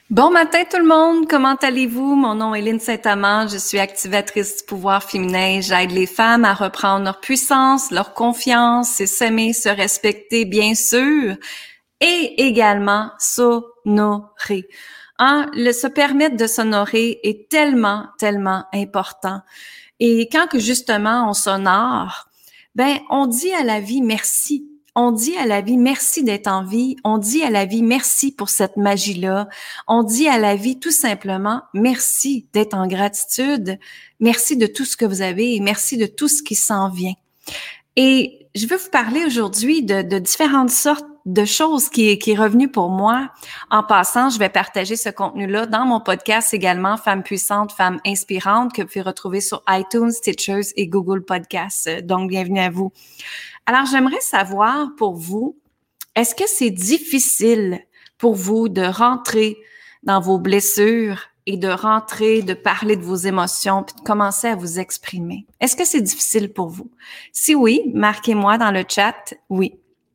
Bon matin tout le monde, comment allez-vous? Mon nom est Lynne Saint-Amand, je suis activatrice du pouvoir féminin. J'aide les femmes à reprendre leur puissance, leur confiance, s'aimer, se respecter bien sûr, et également s'honorer. Se permettre de s'honorer est tellement, tellement important. Et quand que justement on s'honore, on dit à la vie merci. On dit à la vie merci d'être en vie. On dit à la vie merci pour cette magie-là. On dit à la vie tout simplement merci d'être en gratitude. Merci de tout ce que vous avez et merci de tout ce qui s'en vient. Et je veux vous parler aujourd'hui de différentes sortes de choses qui est revenu pour moi. En passant, je vais partager ce contenu-là dans mon podcast également, Femmes puissantes, Femmes inspirantes, que vous pouvez retrouver sur iTunes, Stitchers et Google Podcasts. Donc, bienvenue à vous. Alors, j'aimerais savoir pour vous, est-ce que c'est difficile pour vous de rentrer dans vos blessures et de parler de vos émotions, puis de commencer à vous exprimer? Est-ce que c'est difficile pour vous? Si oui, marquez-moi dans le chat « oui ».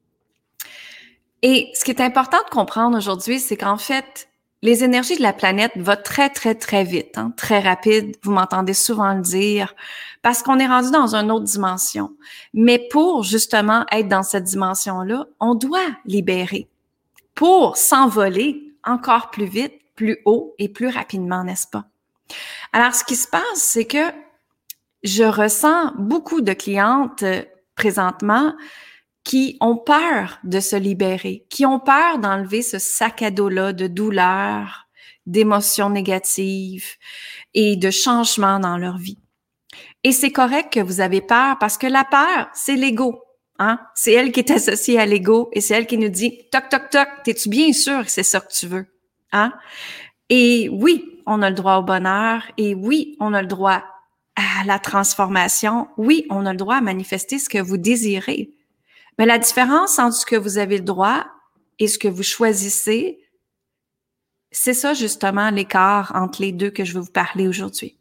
Et ce qui est important de comprendre aujourd'hui, c'est qu'en fait, les énergies de la planète vont très, très, très vite, très rapide. Vous m'entendez souvent le dire, parce qu'on est rendu dans une autre dimension. Mais pour justement être dans cette dimension-là, on doit libérer pour s'envoler encore plus vite, plus haut et plus rapidement, n'est-ce pas? Alors, ce qui se passe, c'est que je ressens beaucoup de clientes présentement qui ont peur de se libérer, qui ont peur d'enlever ce sac à dos-là de douleur, d'émotions négatives et de changements dans leur vie. Et c'est correct que vous avez peur parce que la peur, c'est l'ego. C'est elle qui est associée à l'ego et c'est elle qui nous dit « Toc, toc, toc, t'es-tu bien sûr que c'est ça que tu veux? » Et oui, on a le droit au bonheur et oui, on a le droit à la transformation. Oui, on a le droit à manifester ce que vous désirez. Mais la différence entre ce que vous avez le droit et ce que vous choisissez, c'est ça justement l'écart entre les deux que je veux vous parler aujourd'hui.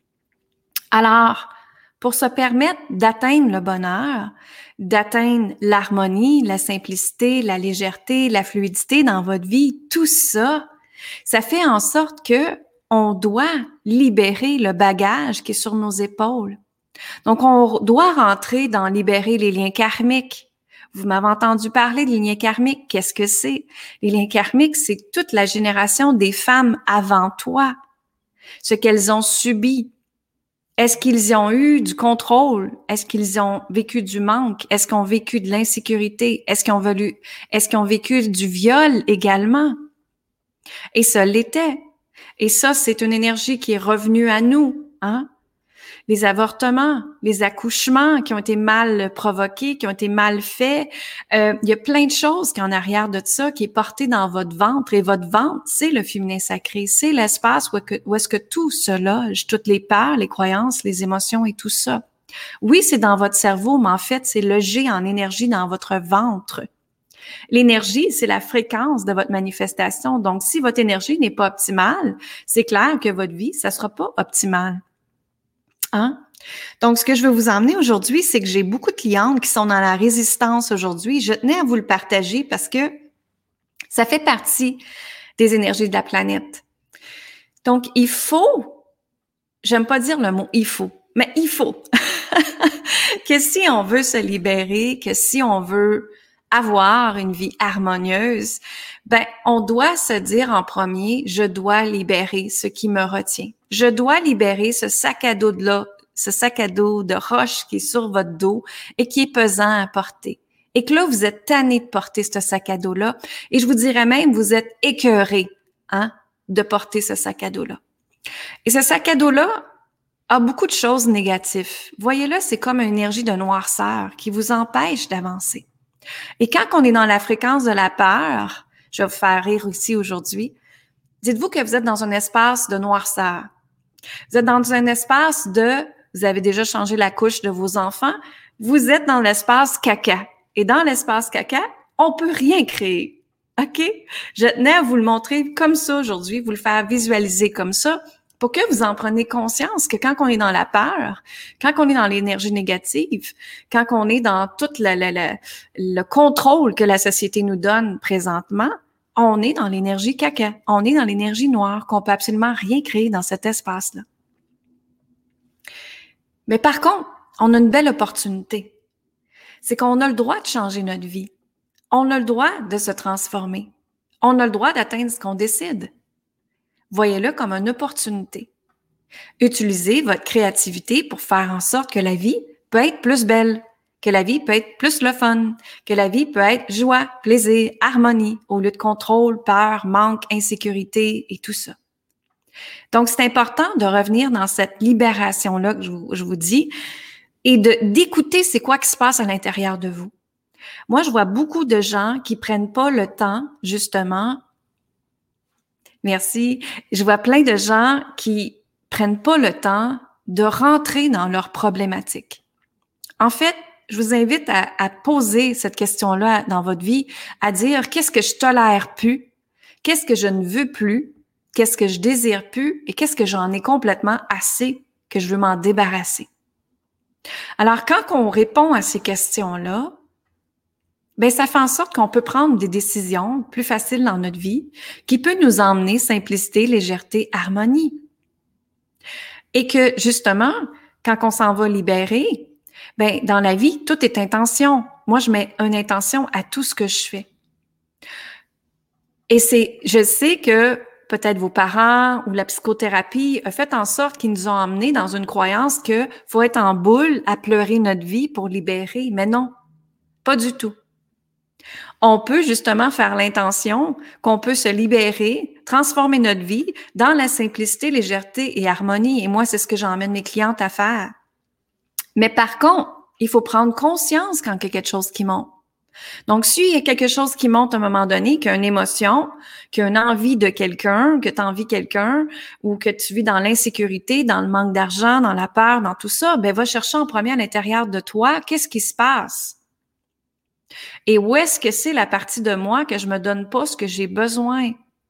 Alors, pour se permettre d'atteindre le bonheur, d'atteindre l'harmonie, la simplicité, la légèreté, la fluidité dans votre vie, tout ça, ça fait en sorte que on doit libérer le bagage qui est sur nos épaules. Donc, on doit rentrer dans libérer les liens karmiques. Vous m'avez entendu parler des liens karmiques. Qu'est-ce que c'est? Les liens karmiques, c'est toute la génération des femmes avant toi. Ce qu'elles ont subi. Est-ce qu'ils ont eu du contrôle? Est-ce qu'ils ont vécu du manque? Est-ce qu'ils ont vécu de l'insécurité? Est-ce qu'ils ont vécu du viol également? Et ça l'était. Et ça, c'est une énergie qui est revenue à nous, Les avortements, les accouchements qui ont été mal provoqués, qui ont été mal faits. Il y a plein de choses qui en arrière de ça, qui est porté dans votre ventre. Et votre ventre, c'est le féminin sacré. C'est l'espace où est-ce que tout se loge, toutes les peurs, les croyances, les émotions et tout ça. Oui, c'est dans votre cerveau, mais en fait, c'est logé en énergie dans votre ventre. L'énergie, c'est la fréquence de votre manifestation. Donc, si votre énergie n'est pas optimale, c'est clair que votre vie, ça sera pas optimal. Donc, ce que je veux vous emmener aujourd'hui, c'est que j'ai beaucoup de clientes qui sont dans la résistance aujourd'hui. Je tenais à vous le partager parce que ça fait partie des énergies de la planète. Donc, il faut, j'aime pas dire le mot « il faut », mais il faut que si on veut se libérer, que si on veut avoir une vie harmonieuse, on doit se dire en premier, je dois libérer ce qui me retient. Je dois libérer ce sac à dos-là, ce sac à dos de roche qui est sur votre dos et qui est pesant à porter. Et que là, vous êtes tanné de porter ce sac à dos-là. Et je vous dirais même, vous êtes écœuré, de porter ce sac à dos-là. Et ce sac à dos-là a beaucoup de choses négatives. Voyez-le, c'est comme une énergie de noirceur qui vous empêche d'avancer. Et quand on est dans la fréquence de la peur, je vais vous faire rire ici aujourd'hui, dites-vous que vous êtes dans un espace de noirceur. Vous êtes dans un espace vous avez déjà changé la couche de vos enfants, vous êtes dans l'espace caca. Et dans l'espace caca, on peut rien créer. OK? Je tenais à vous le montrer comme ça aujourd'hui, vous le faire visualiser comme ça, pour que vous en preniez conscience que quand on est dans la peur, quand on est dans l'énergie négative, quand on est dans tout le contrôle que la société nous donne présentement, On est dans l'énergie caca. On est dans l'énergie noire, qu'on peut absolument rien créer dans cet espace-là. Mais par contre, on a une belle opportunité. C'est qu'on a le droit de changer notre vie. On a le droit de se transformer. On a le droit d'atteindre ce qu'on décide. Voyez-le comme une opportunité. Utilisez votre créativité pour faire en sorte que la vie peut être plus belle, que la vie peut être plus le fun, que la vie peut être joie, plaisir, harmonie, au lieu de contrôle, peur, manque, insécurité et tout ça. Donc, c'est important de revenir dans cette libération-là que je vous dis et d'écouter c'est quoi qui se passe à l'intérieur de vous. Moi, je vois beaucoup de gens qui prennent pas le temps, justement. Merci. Je vois plein de gens qui prennent pas le temps de rentrer dans leurs problématiques. En fait, je vous invite à poser cette question-là dans votre vie, à dire qu'est-ce que je tolère plus, qu'est-ce que je ne veux plus, qu'est-ce que je désire plus et qu'est-ce que j'en ai complètement assez que je veux m'en débarrasser. Alors, quand on répond à ces questions-là, ben ça fait en sorte qu'on peut prendre des décisions plus faciles dans notre vie, qui peut nous emmener simplicité, légèreté, harmonie. Et que justement, quand on s'en va libérer, ben dans la vie, tout est intention. Moi, je mets une intention à tout ce que je fais. Et je sais que peut-être vos parents ou la psychothérapie a fait en sorte qu'ils nous ont emmenés dans une croyance que faut être en boule à pleurer notre vie pour libérer. Mais non, pas du tout. On peut justement faire l'intention qu'on peut se libérer, transformer notre vie dans la simplicité, légèreté et harmonie. Et moi, c'est ce que j'emmène mes clientes à faire. Mais par contre, il faut prendre conscience quand il y a quelque chose qui monte. Donc, s'il y a quelque chose qui monte à un moment donné, qu'il y a une émotion, qu'il y a une envie de quelqu'un, que tu as envie de quelqu'un, ou que tu vis dans l'insécurité, dans le manque d'argent, dans la peur, dans tout ça, ben va chercher en premier à l'intérieur de toi, qu'est-ce qui se passe? Et où est-ce que c'est la partie de moi que je me donne pas ce que j'ai besoin?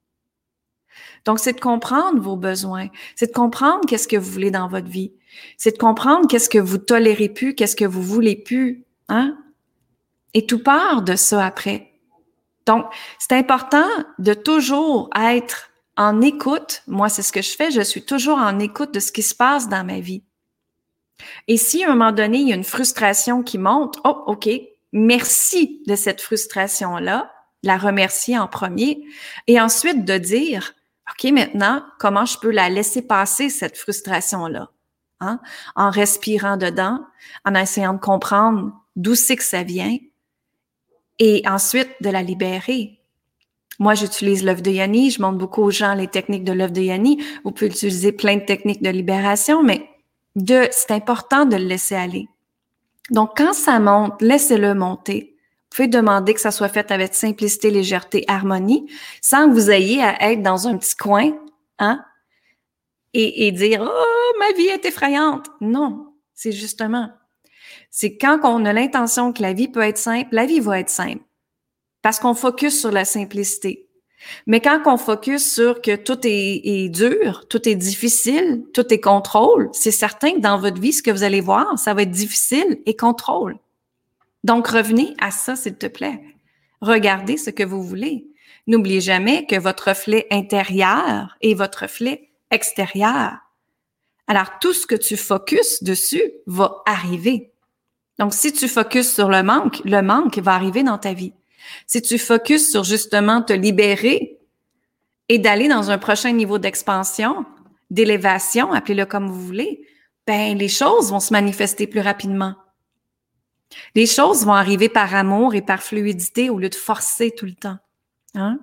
Donc, c'est de comprendre vos besoins. C'est de comprendre qu'est-ce que vous voulez dans votre vie. C'est de comprendre qu'est-ce que vous tolérez plus, qu'est-ce que vous voulez plus, hein? Et tout part de ça après. Donc, c'est important de toujours être en écoute. Moi, c'est ce que je fais. Je suis toujours en écoute de ce qui se passe dans ma vie. Et si à un moment donné, il y a une frustration qui monte, oh, OK, merci de cette frustration-là, la remercier en premier, et ensuite de dire, OK, maintenant, comment je peux la laisser passer, cette frustration-là? Hein? En respirant dedans, en essayant de comprendre d'où c'est que ça vient, et ensuite de la libérer. Moi, j'utilise l'œuf de Yanni, je montre beaucoup aux gens les techniques de l'œuf de Yanni. Vous pouvez utiliser plein de techniques de libération, mais c'est important de le laisser aller. Donc, quand ça monte, laissez-le monter. Vous pouvez demander que ça soit fait avec simplicité, légèreté, harmonie, sans que vous ayez à être dans un petit coin, hein, et dire « Oh, ma vie est effrayante ». Non, c'est justement, c'est quand on a l'intention que la vie peut être simple, la vie va être simple. Parce qu'on focus sur la simplicité. Mais quand on focus sur que tout est dur, tout est difficile, tout est contrôle, c'est certain que dans votre vie, ce que vous allez voir, ça va être difficile et contrôle. Donc, revenez à ça, s'il te plaît. Regardez ce que vous voulez. N'oubliez jamais que votre reflet intérieur est votre reflet extérieur. Alors, tout ce que tu focuses dessus va arriver. Donc, si tu focuses sur le manque va arriver dans ta vie. Si tu focuses sur justement te libérer et d'aller dans un prochain niveau d'expansion, d'élévation, appelez-le comme vous voulez, ben les choses vont se manifester plus rapidement. Les choses vont arriver par amour et par fluidité au lieu de forcer tout le temps. Hein?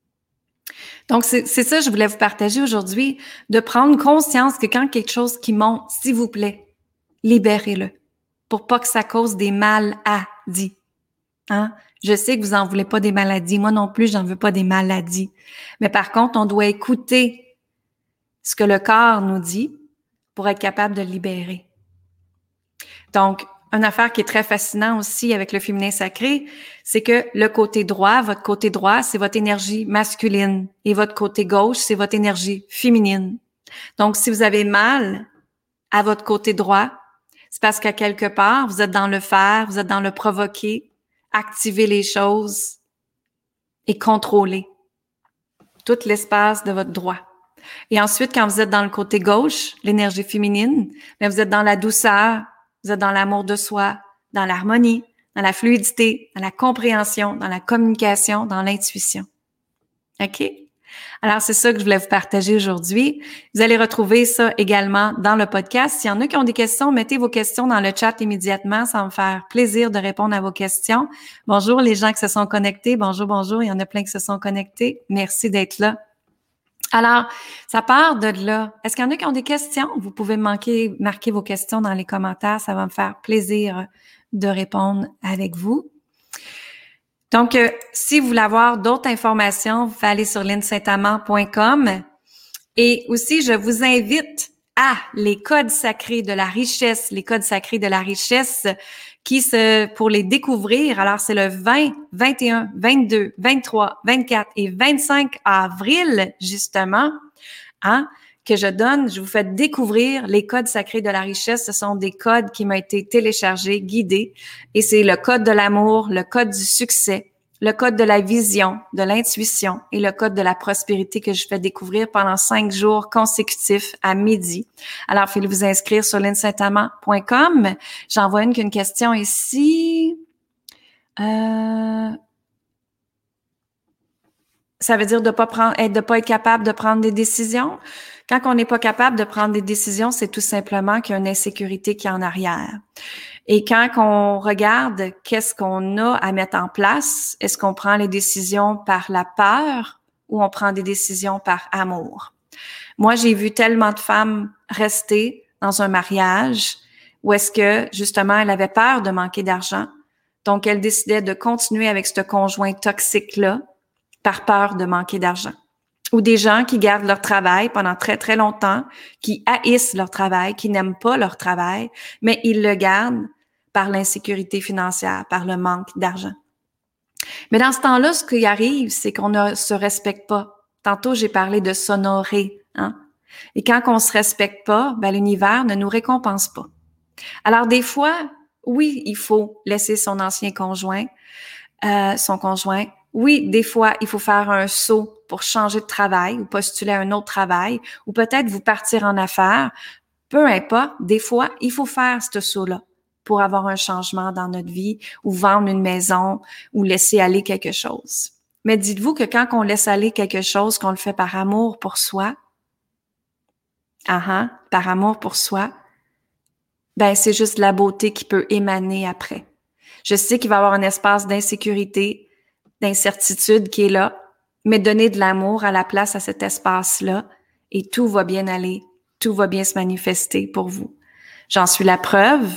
Donc, c'est ça que je voulais vous partager aujourd'hui, de prendre conscience que quand quelque chose qui monte, s'il vous plaît, libérez-le pour pas que ça cause des maladies. Hein? Je sais que vous en voulez pas des maladies. Moi non plus, j'en veux pas des maladies. Mais par contre, on doit écouter ce que le corps nous dit pour être capable de le libérer. Donc, une affaire qui est très fascinante aussi avec le féminin sacré, c'est que le côté droit, votre côté droit, c'est votre énergie masculine et votre côté gauche, c'est votre énergie féminine. Donc, si vous avez mal à votre côté droit, c'est parce qu'à quelque part, vous êtes dans le faire, vous êtes dans le provoquer, activer les choses et contrôler. tout l'espace de votre droit. Et ensuite, quand vous êtes dans le côté gauche, l'énergie féminine, bien, vous êtes dans la douceur, vous êtes dans l'amour de soi, dans l'harmonie, dans la fluidité, dans la compréhension, dans la communication, dans l'intuition. OK? Alors, c'est ça que je voulais vous partager aujourd'hui. Vous allez retrouver ça également dans le podcast. S'il y en a qui ont des questions, mettez vos questions dans le chat immédiatement. Ça va me faire plaisir de répondre à vos questions. Bonjour les gens qui se sont connectés. Bonjour, bonjour. Il y en a plein qui se sont connectés. Merci d'être là. Alors, ça part de là. Est-ce qu'il y en a qui ont des questions? Vous pouvez marquer vos questions dans les commentaires. Ça va me faire plaisir de répondre avec vous. Donc, si vous voulez avoir d'autres informations, vous pouvez aller sur linsaintamant.com. Et aussi, je vous invite à les codes sacrés de la richesse, pour les découvrir. Alors, c'est le 20, 21, 22, 23, 24 et 25 avril, justement, que je vous fais découvrir les codes sacrés de la richesse. Ce sont des codes qui m'ont été téléchargés, guidés, et c'est le code de l'amour, le code du succès, le code de la vision, de l'intuition et le code de la prospérité que je fais découvrir pendant 5 jours consécutifs à midi. Alors, il faut vous inscrire sur linsaintamant.com. J'en vois une question ici. Ça veut dire de pas être capable de prendre des décisions. Quand on n'est pas capable de prendre des décisions, c'est tout simplement qu'il y a une insécurité qui est en arrière. Et quand on regarde qu'est-ce qu'on a à mettre en place, est-ce qu'on prend les décisions par la peur ou on prend des décisions par amour? Moi, j'ai vu tellement de femmes rester dans un mariage où est-ce que, justement, elle avait peur de manquer d'argent. Donc, elle décidait de continuer avec ce conjoint toxique-là par peur de manquer d'argent. Ou des gens qui gardent leur travail pendant très, très longtemps, qui haïssent leur travail, qui n'aiment pas leur travail, mais ils le gardent par l'insécurité financière, par le manque d'argent. Mais dans ce temps-là, ce qui arrive, c'est qu'on ne se respecte pas. Tantôt, j'ai parlé de s'honorer, Et quand on se respecte pas, l'univers ne nous récompense pas. Alors, des fois, oui, il faut laisser son ancien conjoint, son conjoint. Oui, des fois, il faut faire un saut pour changer de travail ou postuler à un autre travail ou peut-être vous partir en affaires. Peu importe, des fois, il faut faire ce saut-là pour avoir un changement dans notre vie ou vendre une maison ou laisser aller quelque chose. Mais dites-vous que quand on laisse aller quelque chose, qu'on le fait par amour pour soi, par amour pour soi, c'est juste la beauté qui peut émaner après. Je sais qu'il va y avoir un espace d'insécurité, d'incertitude qui est là, mais donnez de l'amour à la place à cet espace-là et tout va bien aller, tout va bien se manifester pour vous. J'en suis la preuve,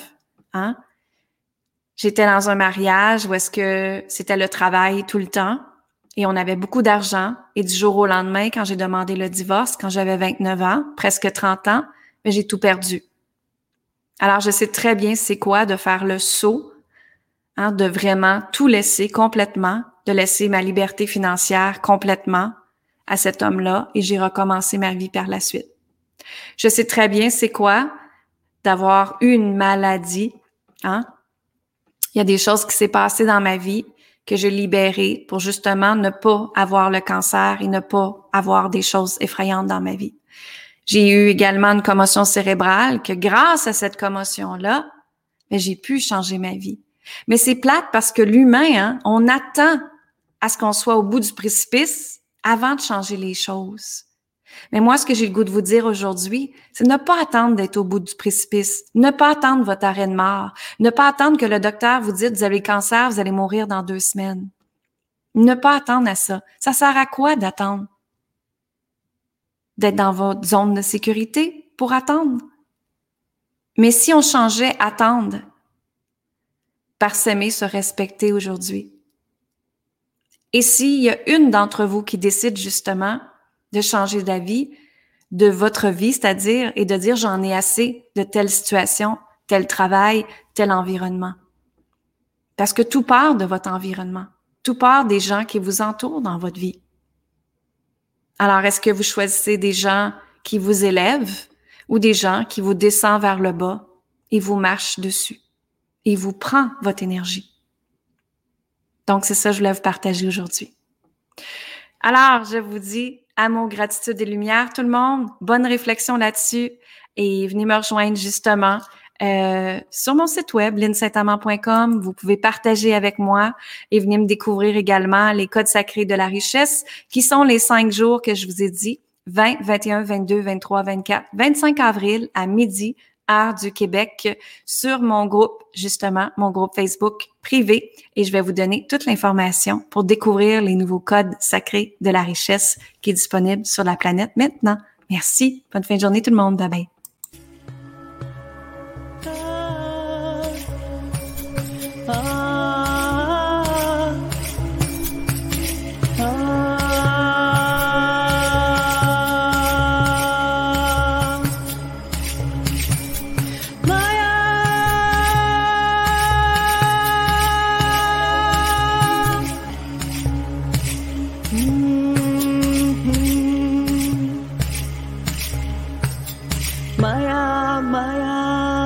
J'étais dans un mariage où est-ce que c'était le travail tout le temps et on avait beaucoup d'argent et du jour au lendemain, quand j'ai demandé le divorce, quand j'avais 29 ans, presque 30 ans, j'ai tout perdu. Alors, je sais très bien c'est quoi de faire le saut, de vraiment tout laisser complètement, de laisser ma liberté financière complètement à cet homme-là et j'ai recommencé ma vie par la suite. Je sais très bien c'est quoi d'avoir eu une maladie, Il y a des choses qui s'est passées dans ma vie que j'ai libérées pour justement ne pas avoir le cancer et ne pas avoir des choses effrayantes dans ma vie. J'ai eu également une commotion cérébrale que grâce à cette commotion-là, j'ai pu changer ma vie. Mais c'est plate parce que l'humain, on attend à ce qu'on soit au bout du précipice avant de changer les choses. Mais moi, ce que j'ai le goût de vous dire aujourd'hui, c'est ne pas attendre d'être au bout du précipice, ne pas attendre votre arrêt de mort, ne pas attendre que le docteur vous dise « vous avez le cancer, vous allez mourir dans 2 semaines ». Ne pas attendre à ça. Ça sert à quoi d'attendre? D'être dans votre zone de sécurité pour attendre. Mais si on changeait attendre par s'aimer, se respecter aujourd'hui. Et s'il y a une d'entre vous qui décide justement de changer d'avis, de votre vie, c'est-à-dire, et de dire j'en ai assez de telle situation, tel travail, tel environnement. Parce que tout part de votre environnement. Tout part des gens qui vous entourent dans votre vie. Alors, est-ce que vous choisissez des gens qui vous élèvent ou des gens qui vous descendent vers le bas et vous marchent dessus et vous prend votre énergie? Donc, c'est ça que je voulais vous partager aujourd'hui. Alors, je vous dis amour, gratitude et lumière, tout le monde. Bonne réflexion là-dessus et venez me rejoindre justement sur mon site web, linsaintamant.com. Vous pouvez partager avec moi et venir me découvrir également les codes sacrés de la richesse qui sont les 5 jours que je vous ai dit, 20, 21, 22, 23, 24, 25 avril à midi, heure du Québec, sur mon groupe, justement, mon groupe Facebook privé. Et je vais vous donner toute l'information pour découvrir les nouveaux codes sacrés de la richesse qui est disponible sur la planète maintenant. Merci. Bonne fin de journée tout le monde. Bye bye. Maya, Maya.